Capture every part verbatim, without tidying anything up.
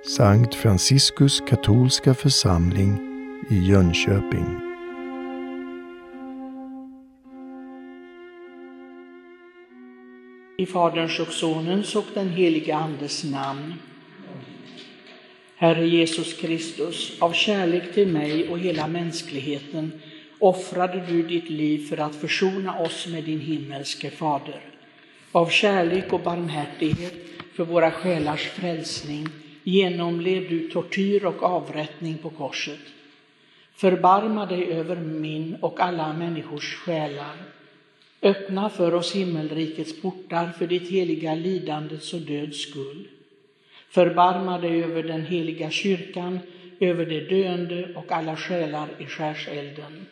Sankt Franciskus katolska församling i Jönköping. I Faderns och Sonens och den heliga Andes namn. Herre Jesus Kristus, av kärlek till mig och hela mänskligheten offrade du ditt liv för att försona oss med din himmelske Fader. Av kärlek och barmhärtighet för våra själars frälsning genomled du tortyr och avrättning på korset. Förbarma dig över min och alla människors själar. Öppna för oss himmelrikets portar för ditt heliga lidandets och döds skull. Förbarma dig över den heliga kyrkan, över de döende och alla själar i skärselden.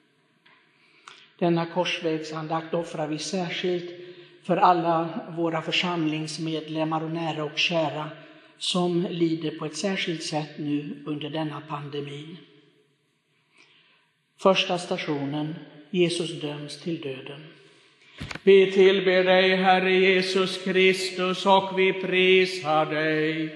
Denna korsvägsandakt offrar vi särskilt för alla våra församlingsmedlemmar och nära och kära som lider på ett särskilt sätt nu under denna pandemin. Första stationen, Jesus döms till döden. Vi tillber dig, Herre Jesus Kristus, och vi prisar dig.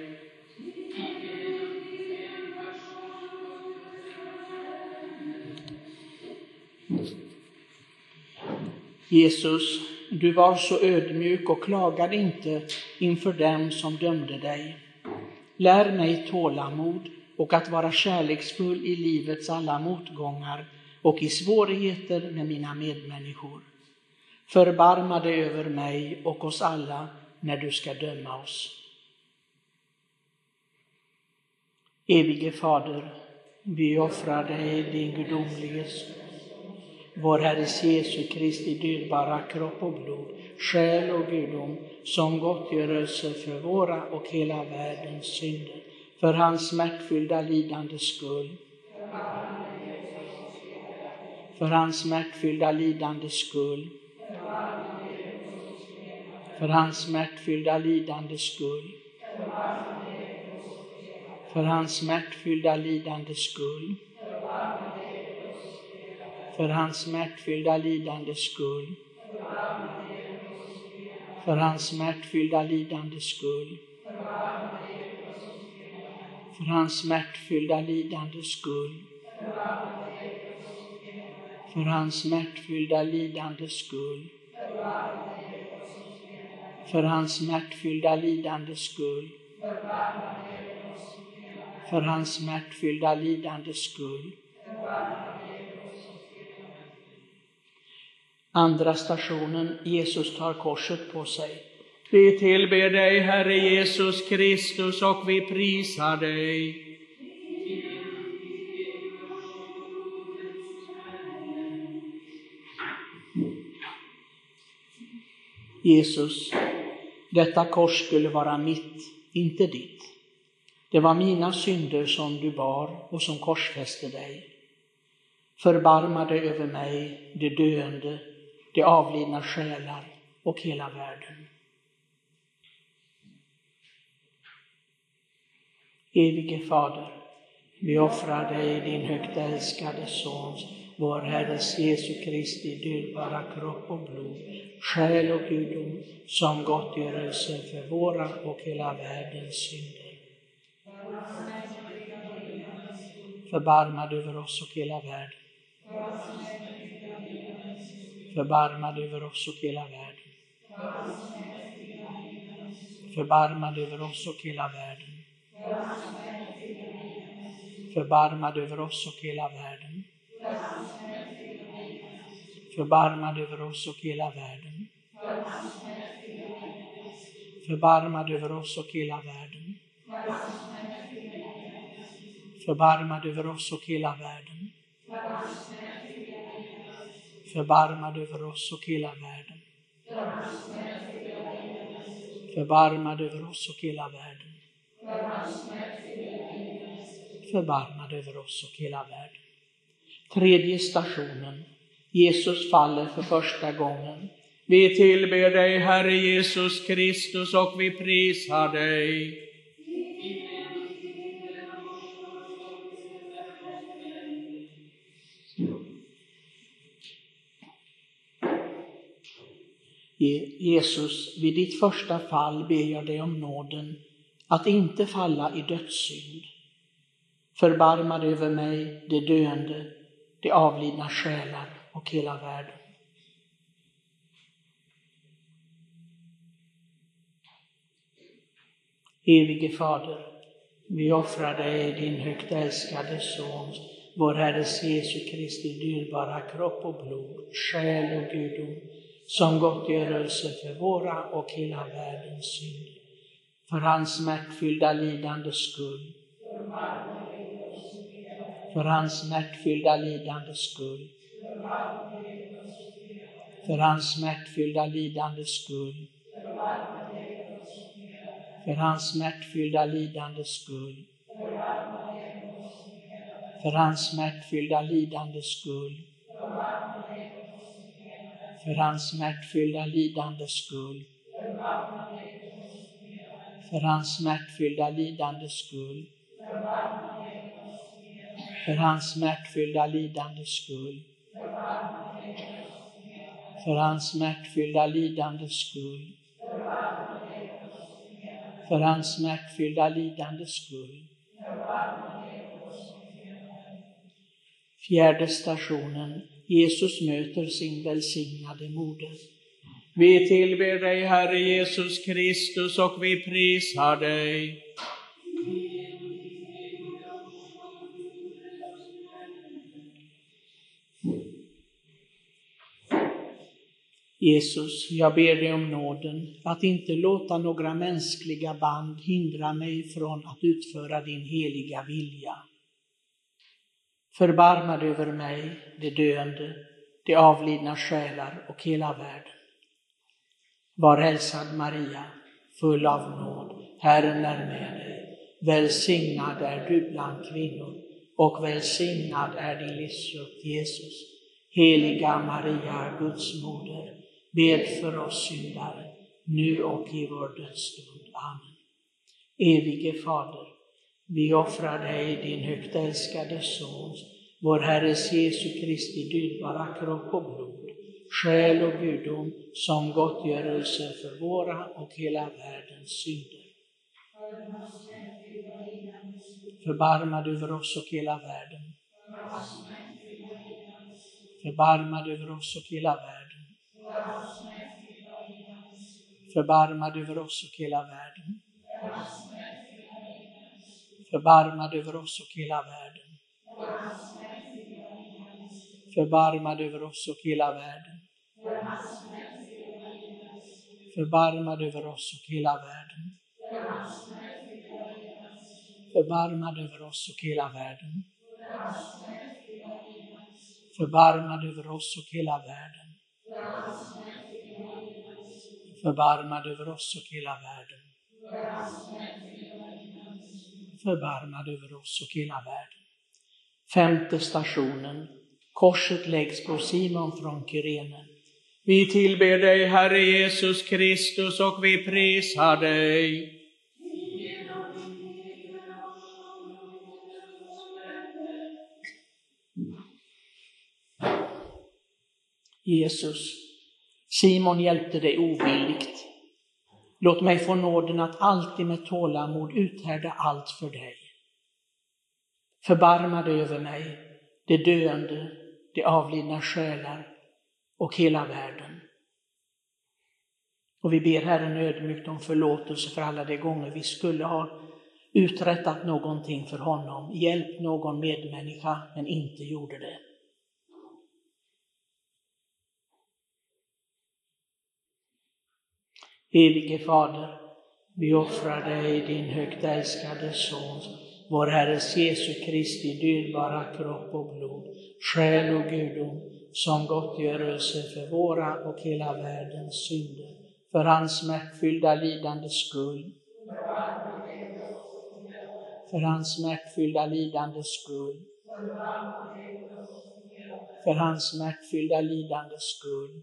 Jesus, du var så ödmjuk och klagade inte inför dem som dömde dig. Lär mig tålamod och att vara kärleksfull i livets alla motgångar och i svårigheter med mina medmänniskor. Förbarma dig över mig och oss alla när du ska döma oss. Evige Fader, vi offrar dig din gudomlige son, vår Herres Jesu Kristi dyrbara kropp och blod, själ och gudom, som gottgörelse för våra och hela världens synder, för hans smärtfyllda lidandes skull. För hans smärtfyllda lidandes skull. För hans smärtfyllda lidandes skull. För hans smärtfyllda lidandes skull. För hans smärtfyllda lidandes skull. För hans smärtfyllda lidandes skull. För hans smärtfyllda lidandes skull. För hans smärtfyllda lidandes skull. För hans smärtfyllda lidandes skull. För hans smärtfyllda lidandes skull. Andra stationen, Jesus tar korset på sig. Vi tillber dig, Herre Jesus Kristus, och vi prisar dig. Jesus, detta kors skulle vara mitt, inte ditt. Det var mina synder som du bar och som korsfäste dig. Förbarma dig över mig, det döende, de avlidna själar och hela världen. Evige Fader, vi offrar dig din högt älskade Sons, vår Herres Jesu Kristi dyrbara kropp och blod, själ och gudom, som gottgörelse för våra och hela världens synder. Förbarmad över oss och hela världen. Förbarmad över oss och hela världen. Förbarmad över oss och hela världen. Förbarmad över oss och hela världen. Förbarmad över oss och hela världen. Förbarmad över oss och hela världen. Förbarmad över oss och hela världen. Förbarmad över oss och hela världen. Förbarmad över oss och hela världen. Förbarmad över oss och hela världen. Tredje stationen. Jesus faller för första gången. Vi tillber dig, Herre Jesus Kristus, och vi prisar dig. Jesus, vid ditt första fall ber jag dig om nåden att inte falla i dödssynd. Förbarma dig över mig, det döende, de avlidna själar och hela världen. Evige Fader, vi offrar dig din högt älskade Son, vår Herres Jesu Kristi dyrbara kropp och blod, själ och gudom, som gottgörelse för våra och hela världens synder. För hans smärtfyllda lidande skull. För hans smärtfyllda lidande skull. För hans smärtfyllda lidande skull. För hans smärtfyllda lidande skull. För hans smärtfyllda lidande skull. För hans smärtfyllda lidande skull. För hans smärtfyllda lidande skull. För hans smärtfyllda lidande skull. För hans smärtfyllda lidande skull. För hans smärtfyllda lidande skull. Fjärde stationen. Jesus möter sin välsignade moder. Vi tillber dig, Herre Jesus Kristus, och vi prisar dig. Jesus, jag ber dig om nåden att inte låta några mänskliga band hindra mig från att utföra din heliga vilja. Förbarma dig över mig, det döende, de avlidna själar och hela världen. Var hälsad Maria, full av nåd, Herren är med dig. Välsignad är du bland kvinnor, och välsignad är din livsfrukt Jesus. Heliga Maria, Guds moder, bed för oss syndare, nu och i vår dödsstund. Amen. Evige Fader, vi offrar dig din högt älskade Son, vår Herres Jesu Kristi dyrbara kropp och blod, själ och gudom, som gottgörelse för våra och hela världens synder. Förbarma dig över oss och hela världen. Förbarma dig över oss och hela världen. Förbarma dig över oss och hela världen. Förbarma dig över oss och hela världen. Förbarma dig över oss och hela världen. Förbarma dig över oss och hela världen. Förbarma dig över oss och hela världen. Förbarma dig över oss och hela världen. Förbarma dig över oss och hela världen. Förbarma dig över oss och hela världen. Femte stationen. Korset läggs på Simon från Kyrene. Vi tillber dig, Herre Jesus Kristus, och vi prisar dig. Jesus, Simon hjälpte dig ovilligt. Låt mig få nåden att alltid med tålamod uthärda allt för dig. Förbarma dig över mig, det döende, de avlidna själar och hela världen. Och vi ber Herren ödmjukt om förlåtelse för alla de gånger vi skulle ha uträttat någonting för honom, hjälpt någon medmänniska men inte gjorde det. Evige Fader, vi offrar dig din högt älskade Son, vår Herres Jesu Kristi dyrbara kropp och blod, själ och gudom, som gottgörelse för våra och hela världens synder, för hans smärtfyllda lidande skull, för hans smärtfyllda lidande skull, för hans smärtfyllda lidande skull,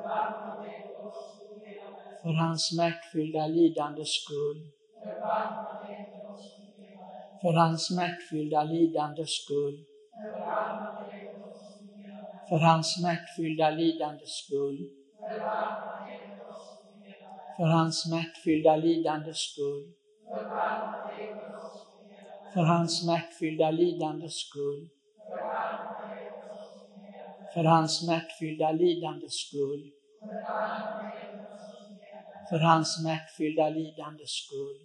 för hans smärtfyllda lidande skull, för hans smärtfyllda lidande skull, för hans smärtfyllda lidande skull, för hans smärtfyllda lidande skull, För hans smärtfyllda lidandes skull. För hans smärtfyllda lidandes skull. För hans smärtfyllda lidandes skull.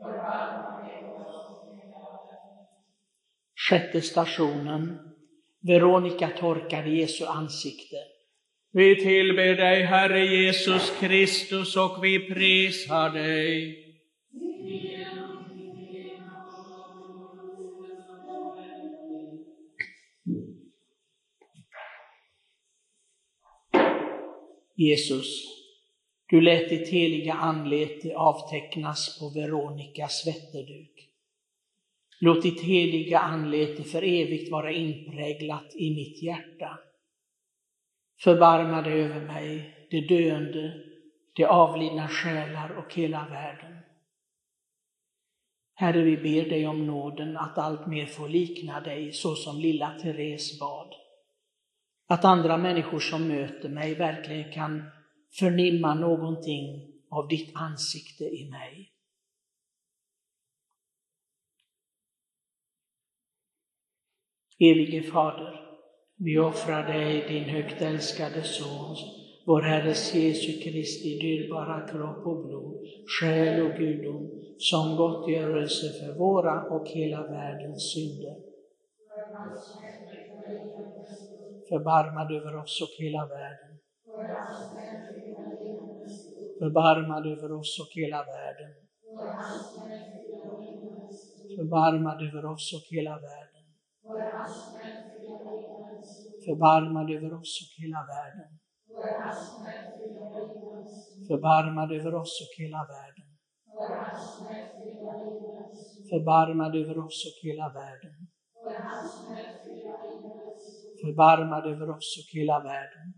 Sjätte stationen. Veronica torkade Jesu ansikte. Vi tillber dig, Herre Jesus Kristus, och vi prisar dig. Jesus, du lät ditt heliga anlete avtecknas på Veronicas svetterduk. Låt ditt heliga anlete för evigt vara inpräglat i mitt hjärta. Förbarma dig över mig, det döende, det avlidna själar och hela världen. Herre, vi ber dig om nåden att allt mer få likna dig så som lilla Therese bad. Att andra människor som möter mig verkligen kan förnimma någonting av ditt ansikte i mig. Evige Fader, vi offrar dig din högt älskade Son, vår Herres Jesu Kristi dyrbara kropp och blod, själ och gudom, som gottgörelse för våra och hela världens synder. Förbarmad över oss och hela världen. Förbarmad över oss och hela världen. Förbarmad över oss och hela världen. Förbarmad över oss och hela världen. Förbarmad över oss och hela världen. Förbarmad över oss och hela världen. Förbarmad över oss och hela världen.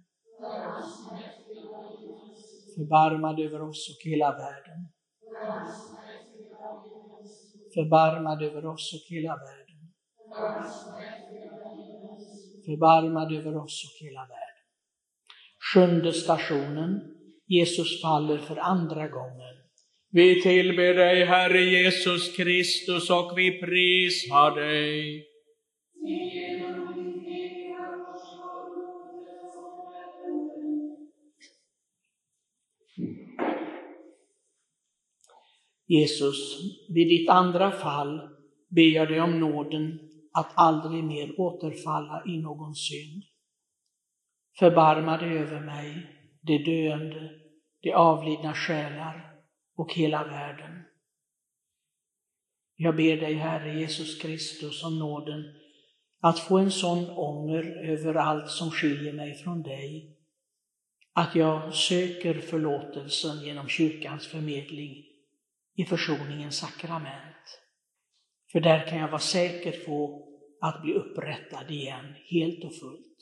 Förbarmad över oss och hela världen. Förbarmad över oss och hela världen. Förbarmad över oss och hela världen. Sjunde stationen. Jesus faller för andra gången. Vi tillber dig, Herre Jesus Kristus, och vi prisar dig. Jesus, vid ditt andra fall ber jag dig om nåden att aldrig mer återfalla i någon synd. Förbarma dig över mig, det döende, det avlidna själar och hela världen. Jag ber dig, Herre Jesus Kristus, om nåden att få en sån ånger över allt som skiljer mig från dig, att jag söker förlåtelsen genom kyrkans förmedling i försoningens sakrament. För där kan jag vara säker på att bli upprättad igen helt och fullt.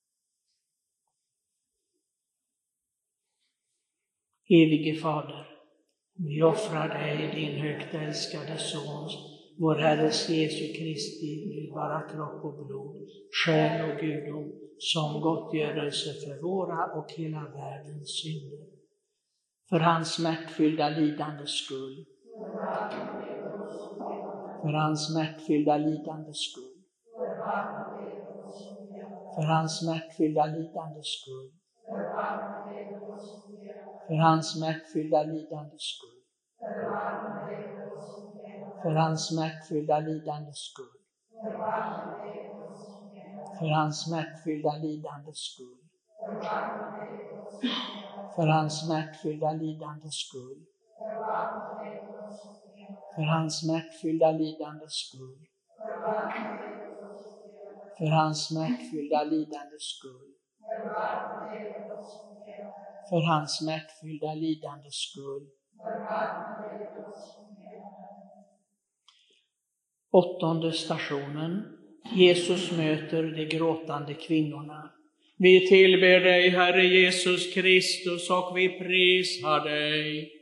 Evige Fader, vi offrar dig din högt älskade Sons, vår Herres Jesu Kristi dyrbara kropp och blod, själ och gudom, som gottgörelse för våra och hela världens synder. För hans smärtfyllda lidandes skull. För hans smärtfyllda lidandes skull. För hans smärtfyllda lidandes skull. För hans smärtfyllda lidandes skull. För hans smärtfyllda lidandes skull. För hans smärtfyllda lidandes skull. För hans smärtfyllda lidandes skull. För hans smärtfyllda lidandes skull. För hans smärtfyllda lidandes skull. För hans smärtfyllda lidandes skull. Åttonde stationen. Jesus möter de gråtande kvinnorna. Vi tillber dig, Herre Jesus Kristus, och vi prisar dig.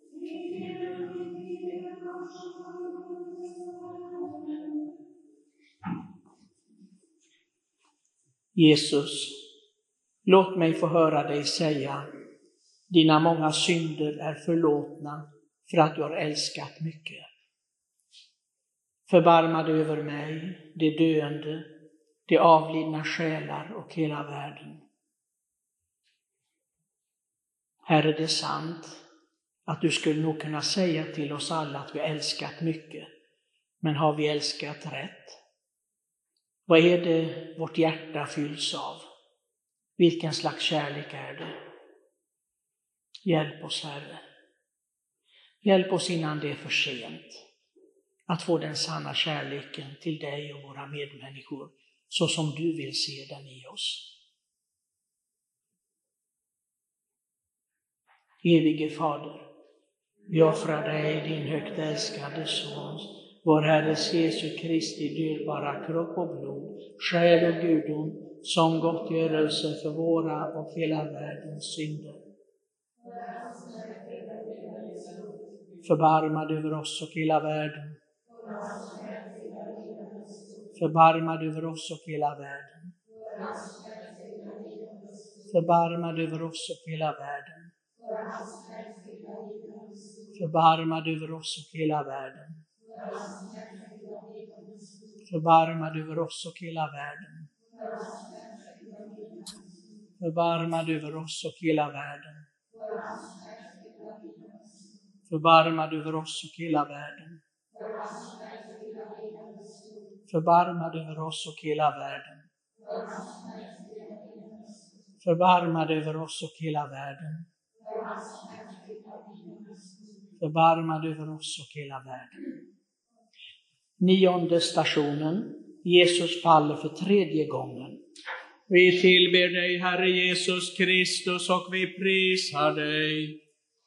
Jesus, låt mig få höra dig säga: dina många synder är förlåtna för att du har älskat mycket. Förbarma dig över mig, det döende, de avlidna själar och hela världen. Herre, det är sant att du skulle nog kunna säga till oss alla att vi har älskat mycket. Men har vi älskat rätt? Vad är det vårt hjärta fylls av? Vilken slags kärlek är det? Hjälp oss, Herre. Hjälp oss innan det är för sent att få den sanna kärleken till dig och våra medmänniskor så som du vill se den i oss. Evige Fader, vi offrar dig din högt älskade Son, vår Herres Jesu Kristi dyrbara kropp och blod, själ och gudom, som gottgörelse för våra och hela världens synder. Förbarmad över oss och hela världen. Förbarmad över oss och hela världen. Förbarmad över oss och hela världen. Förbarmad över oss och hela världen. Förbarmad över oss och hela världen. Förbarmad över oss och hela världen. Förbarmad över oss och hela världen. Förbarmad över oss och hela världen. Förbarmad över oss och hela världen. Förbarmad över oss och hela världen. Nionde stationen. Jesus faller för tredje gången. Vi tillber dig, Herre Jesus Kristus, och vi prisar dig.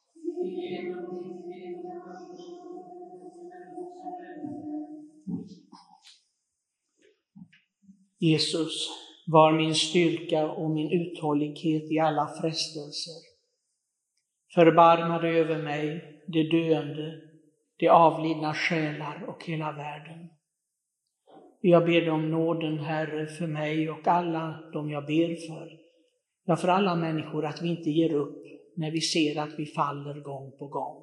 Jesus, var min styrka och min uthållighet i alla frestelser. Förbarma dig över mig, det döende, de avlidna själar och hela världen. Jag ber dig om nåden, Herre, för mig och alla de jag ber för. Ja, för alla människor, att vi inte ger upp när vi ser att vi faller gång på gång.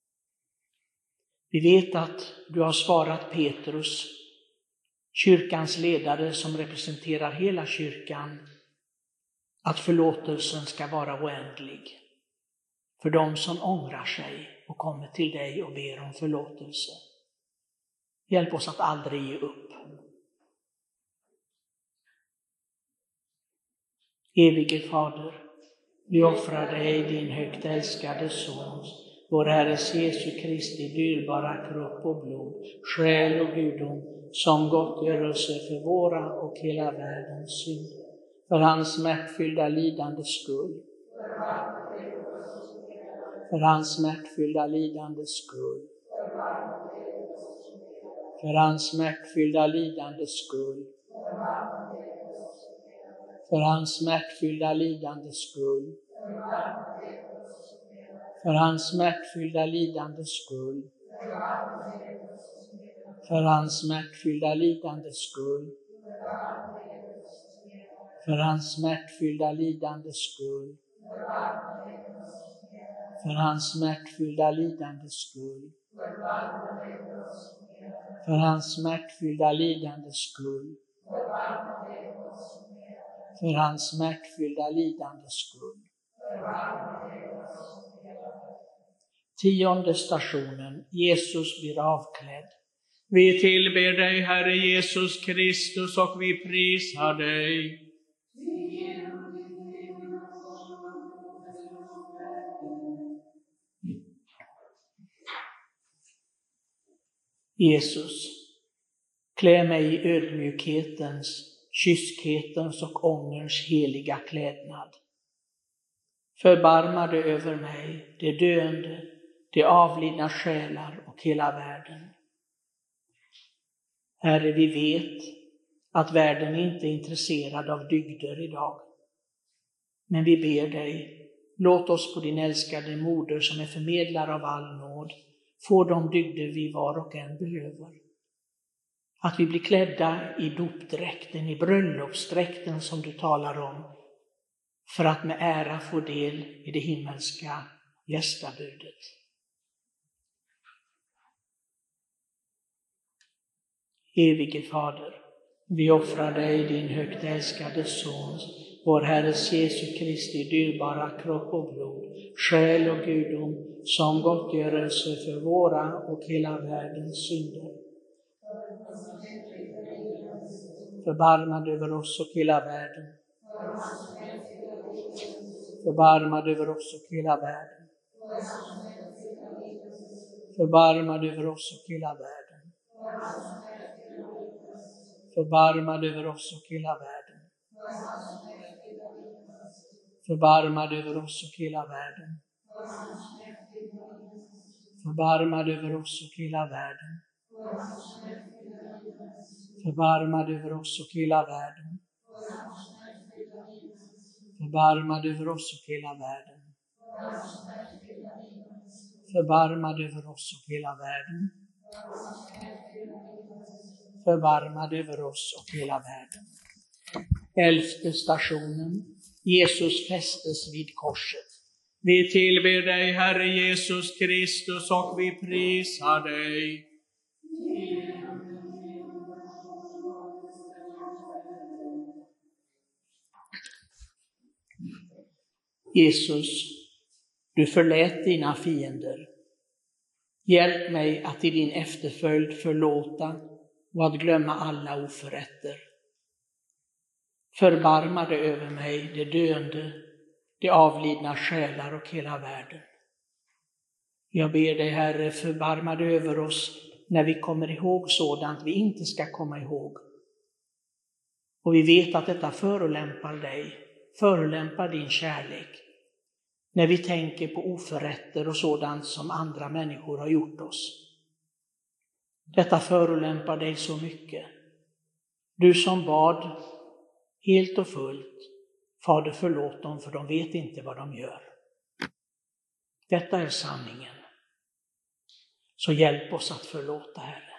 Vi vet att du har svarat Petrus, kyrkans ledare som representerar hela kyrkan, att förlåtelsen ska vara oändlig för de som ångrar sig och kommer till dig och ber om förlåtelse. Hjälp oss att aldrig ge upp. Evige Fader, vi offrar dig din högt älskade Son, vår Herres Jesu Kristi dyrbara kropp och blod, själ och gudom, som gottgörelse för våra och hela världens synder, för hans smärtfyllda lidande skull. För hans smärtfyllda lidande skull. För hans smärtfyllda lidande skull. För hans smärtfyllda lidande skull. För hans smärtfyllda lidande skull. För hans smärtfyllda lidande skull. För hans smärtfyllda lidande skull. För hans smärtfyllda lidande skull. För hans smärtfyllda lidande skull. För hans smärtfyllda lidande skull. Tionde stationen. Jesus blir avklädd. Vi tillber dig, Herre Jesus Kristus, och vi prisar dig. Jesus, klä mig i ödmjukhetens, kyskhetens och ångerns heliga klädnad. Förbarma dig över mig, det döende, de avlidna själar och hela världen. Herre, vi vet att världen inte är intresserad av dygder idag. Men vi ber dig, låt oss på din älskade moder som är förmedlare av all nåd få de dygder vi var och en behöver. Att vi blir klädda i dopdräkten, i bröllopsdräkten som du talar om, för att med ära få del i det himmelska gästabudet. Evige Fader, vi offrar dig din högt älskade Sons, vår Herres Jesu Kristi dyrbara kropp och blod, själ och gudom, som gottgörelse för våra och hela världens synder. Förbarmad över oss och hela världen. Förbarmad över oss och hela världen. Förbarmad över oss och hela världen. Förbarmad över oss och hela världen. Förbarmad över oss och hela världen. Förbarmad över oss och hela världen. Förbarmad över oss och hela världen. Förbarmad över oss och hela världen. Förbarmad över oss och hela världen. Förbarmad över oss och hela världen. Elfte stationen. Jesus fästes vid korset. Vi tillber dig, Herre Jesus Kristus, och vi prisar dig. Jesus, du förlät dina fiender. Hjälp mig att i din efterföljd förlåta och att glömma alla oförrätter. Förbarma dig över mig, det döende, de avlidna själar och hela världen. Jag ber dig, Herre, förbarma dig över oss när vi kommer ihåg sådant vi inte ska komma ihåg. Och vi vet att detta förolämpar dig, förolämpar din kärlek. När vi tänker på oförrätter och sådant som andra människor har gjort oss. Detta förolämpar dig så mycket. Du som bad helt och fullt, Fader, förlåt dem, för de vet inte vad de gör. Detta är sanningen. Så hjälp oss att förlåta, Herre.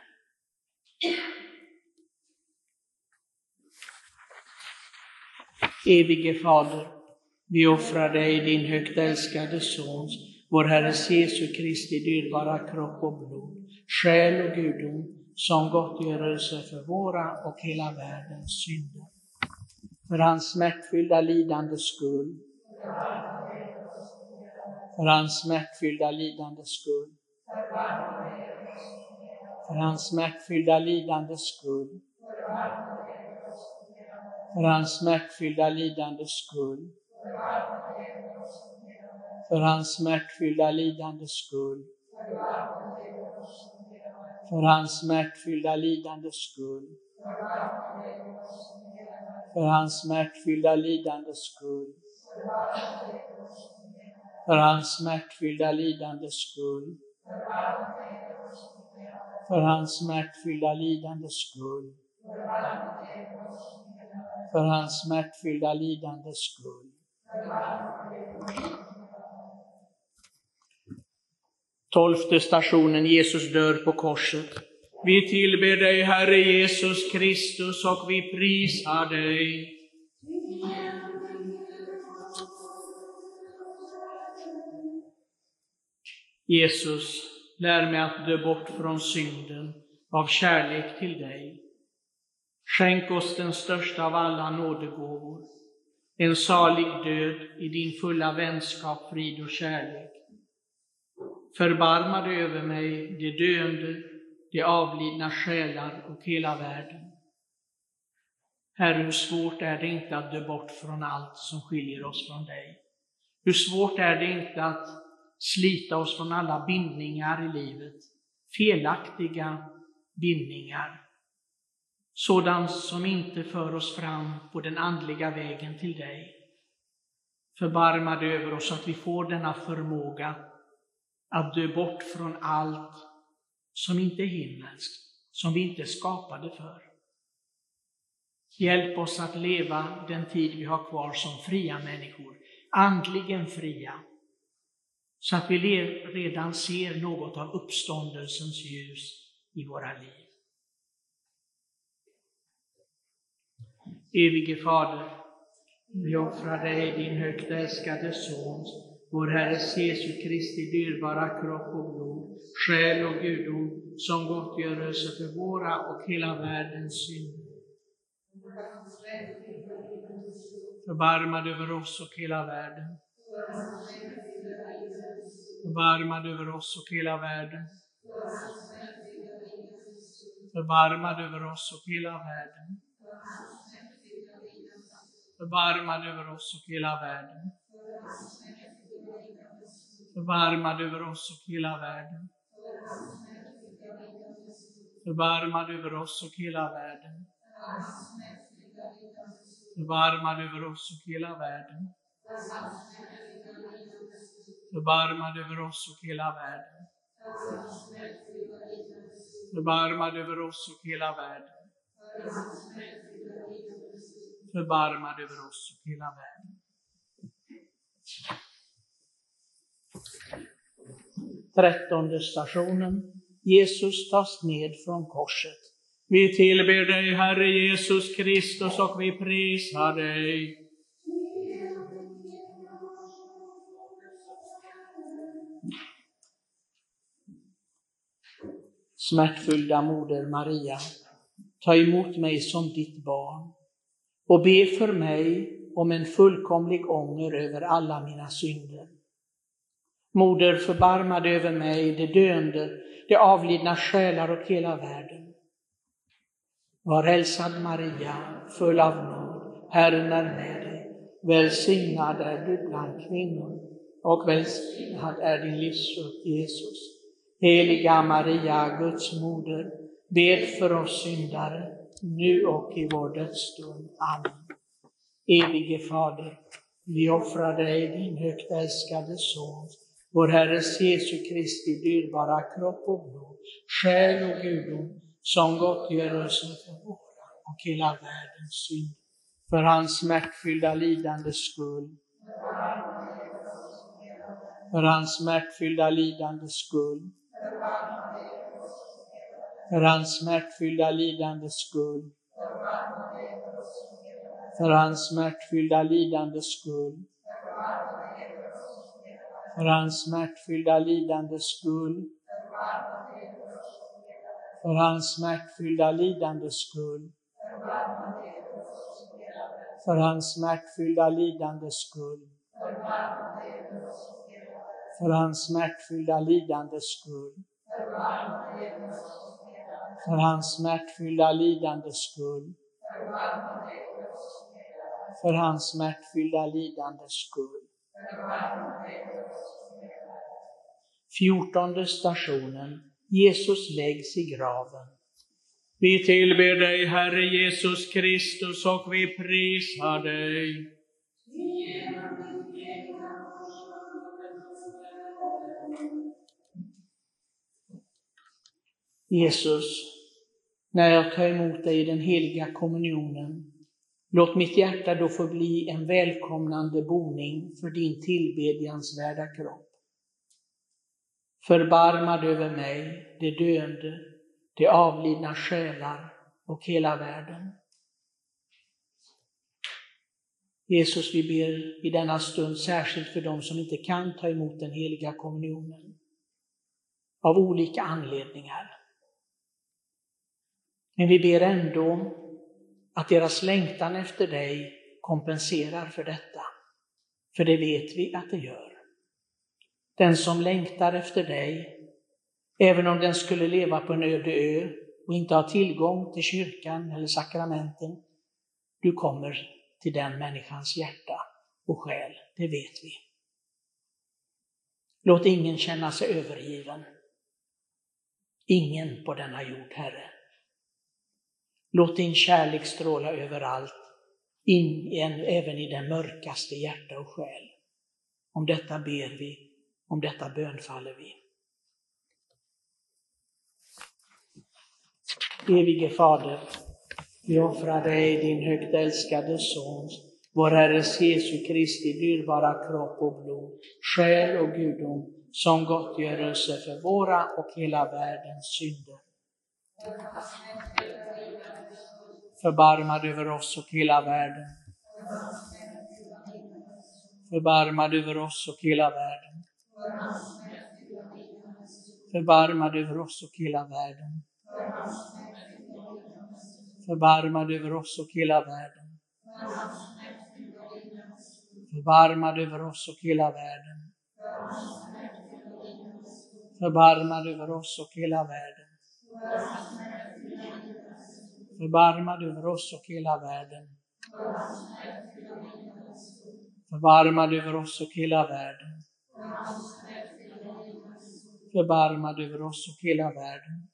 Evige Fader, vi offrar dig din högt älskade Sons, vår Herres Jesu Kristi dyrbara kropp och blod, själ och gudom, som gottgörelse för våra och hela världens synder. För hans smärtfyllda lidande skull. För hans smärtfyllda lidande skull. För hans smärtfyllda lidande skull. För hans smärtfyllda lidande skull. För hans smärtfyllda lidande skull. För hans smärtfyllda lidande skull. För hans smärtfyllda lidande skull. För hans smärtfyllda lidande skull. För hans smärtfyllda lidande skull. För hans smärtfyllda lidande skull. Tolfte stationen, Jesus dör på korset. Vi tillber dig, Herre Jesus Kristus, och vi prisar dig. Jesus, lär mig att dö bort från synden av kärlek till dig. Skänk oss den största av alla nådegåvor, en salig död i din fulla vänskap, frid och kärlek. Förbarma dig över mig, det döende, de avlidna själar och hela världen. Herre, hur svårt är det inte att dö bort från allt som skiljer oss från dig. Hur svårt är det inte att slita oss från alla bindningar i livet, felaktiga bindningar, sådant som inte för oss fram på den andliga vägen till dig. Förbarma dig över oss att vi får denna förmåga att dö bort från allt som inte är himmelskt, som vi inte är skapade för. Hjälp oss att leva den tid vi har kvar som fria människor, andligen fria, så att vi redan ser något av uppståndelsens ljus i våra liv. Evige Fader, vi offrar dig din högt älskade Sons, vår Herres Jesu Kristi dyrbara kropp och blod, själ och gudom, som gottgörelse för våra och hela världens synder. Förbarmad över oss och hela världen. Förbarmad över oss och hela världen. Förbarmad över oss och hela världen. Förbarmad över oss och hela världen. Förbarmad över oss och hela världen. Förbarmad över oss och hela världen. Förbarmad över oss och hela världen. Förbarmad över oss och hela världen. Förbarmad över oss och hela världen. Förbarmad över oss och hela världen. Trettonde stationen. Jesus tas ned från korset. Vi tillber dig, Herre Jesus Kristus, och vi prisar dig. Smärtfyllda moder Maria, ta emot mig som ditt barn och be för mig om en fullkomlig ånger över alla mina synder. Moder, förbarmad över mig, det döende, det avlidna själar och hela världen. Var hälsad Maria, full av nåd, Herren är med dig. Välsignad är du bland kvinnor, och välsignad är din livsfrukt Jesus. Heliga Maria, Guds moder, bed för oss syndare, nu och i vår dödsstund. Amen. Evige Fader, vi offrar dig din högt älskade son, vår Herres Jesu Kristi dyrbara kropp och blod, själ och gudom, som gottgörelse för våra och hela världens synd. För hans smärtfyllda lidande skull. För hans smärtfyllda lidande skull. För hans smärtfyllda lidande skull. För hans smärtfyllda lidande skull. För hans smärtfyllda lidande skull. För hans smärtfyllda lidande skull. För hans smärtfyllda lidande skull. För hans smärtfyllda lidande skull. För hans smärtfyllda lidande skull. För hans smärtfyllda lidande skull. Fjortonde stationen. Jesus läggs i graven. Vi tillber dig, Herre Jesus Kristus, och vi prisar dig. Jesus, när jag tar emot dig i den heliga kommunionen, låt mitt hjärta då få bli en välkomnande boning för din tillbedjansvärda kropp. Förbarmad över mig, det döende, det avlidna själar och hela världen. Jesus, vi ber i denna stund särskilt för dem som inte kan ta emot den heliga kommunionen av olika anledningar. Men vi ber ändå att deras längtan efter dig kompenserar för detta. För det vet vi att det gör. Den som längtar efter dig, även om den skulle leva på en öde ö och inte ha tillgång till kyrkan eller sakramenten, du kommer till den människans hjärta och själ, det vet vi. Låt ingen känna sig övergiven. Ingen på denna jord, Herre. Låt din kärlek stråla överallt, in en, även i den mörkaste hjärta och själ. Om detta ber vi, om detta bönfaller vi. Evige Fader, vi offrar dig din högt älskade son, vår Herres Jesu Kristi dyrbara kropp och blod, själ och gudom, som gottgörelse för våra och hela världens synder. Förbarmad över oss och hela världen. Förbarma dig över oss och hela världen. Förbarma dig över oss och hela världen. Förbarma dig över oss och hela världen. Förbarma dig över oss och hela världen. Förbarma dig över oss och hela världen. Förbarma dig över oss och hela världen. Förbarma dig över oss och hela världen. Förbarma dig över oss och hela världen.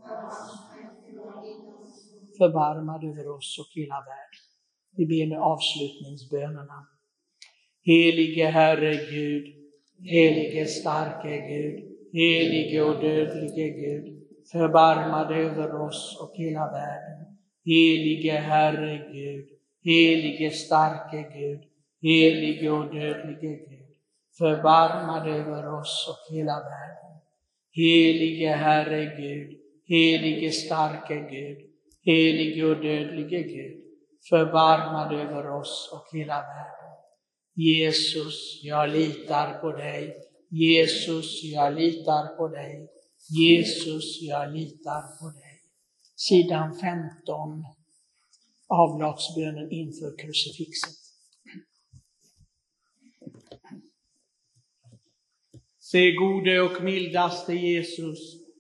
Förbarma dig över oss och hela världen. Vi ber med avslutningsbönerna. Helige Herre Gud, helige starke Gud, helige och dödlige Gud, förbarma dig över oss och hela världen. Helige Herre Gud, helige starke Gud, helige och dödlige Gud, förbarma dig över oss och hela världen. Helige Herre Gud, helige starke Gud, helige och dödlige Gud, förbarma dig över oss och hela världen. Jesus, jag litar på dig. Jesus, jag litar på dig. Jesus, jag litar på dig. Sidan femton, avlatsbönen inför krucifixet. Se gode och mildaste Jesus,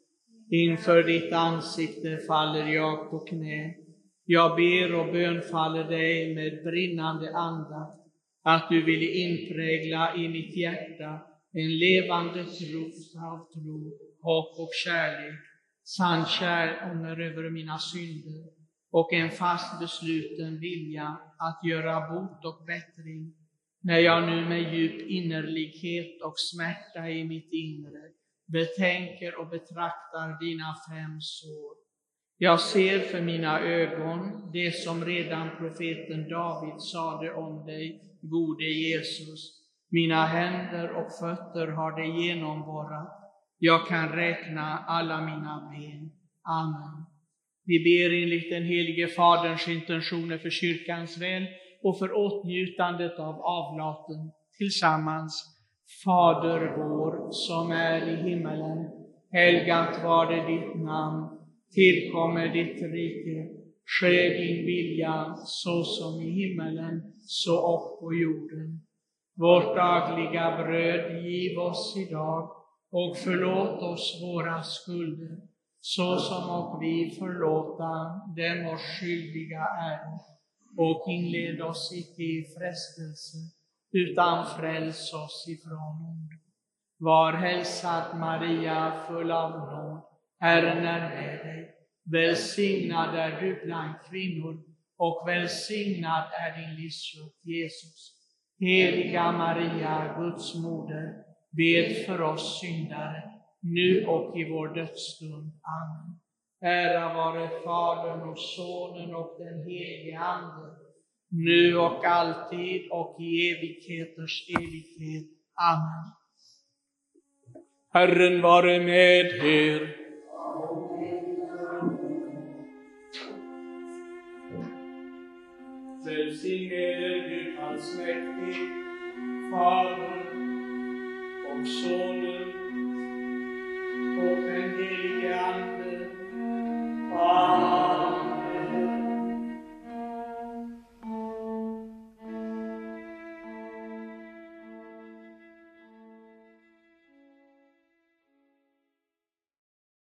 inför ditt ansikte faller jag på knä. Jag ber och bönfaller dig med brinnande andakt, att du ville inprägla i mitt hjärta en levande tro av tro, hopp och kärlek, sann kärlek över mina synder och en fast besluten vilja att göra bot och bättring, när jag nu med djup innerlighet och smärta i mitt inre betänker och betraktar dina fem sår. Jag ser för mina ögon det som redan profeten David sade om dig, gode Jesus. Mina händer och fötter har det genomborrat. Jag kan räkna alla mina ben. Amen. Vi ber enligt den helige Faderns intentioner för kyrkans väl och för åtnjutandet av avlaten tillsammans. Fader vår som är i himmelen, helgat var det ditt namn. Tillkommer ditt rike, ske din vilja så som i himmelen, så och på jorden. Vårt dagliga bröd giv oss idag och förlåt oss våra skulder, så som och vi förlåta dem oss skyldiga är. Och inled oss icke i frestelse, utan fräls oss ifrån ond. Var hälsad Maria, full av nåd, Herren är med dig. Välsignad är du bland kvinnor, och välsignad är din livsfrukt, Jesus. Heliga Maria, Guds moder, bed för oss syndare, nu och i vår dödsstund. Amen. Ära vare Fadern och Sonen och den helige Ande, nu och alltid och i evigheters evighet. Amen. Herren vare med er. Välsigne er Gud allsmäktig, Fader och Sonen och den